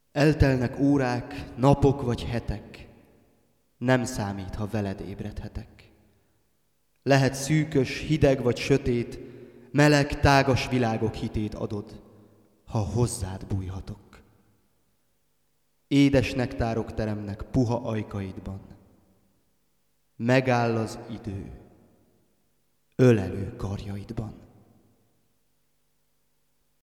Eltelnek órák, napok vagy hetek, nem számít, ha veled ébredhetek. Lehet szűkös, hideg vagy sötét, meleg, tágas világok hitét adod, ha hozzád bújhatok. Édes nektárok teremnek puha ajkaidban. Megáll az idő, ölelő karjaidban.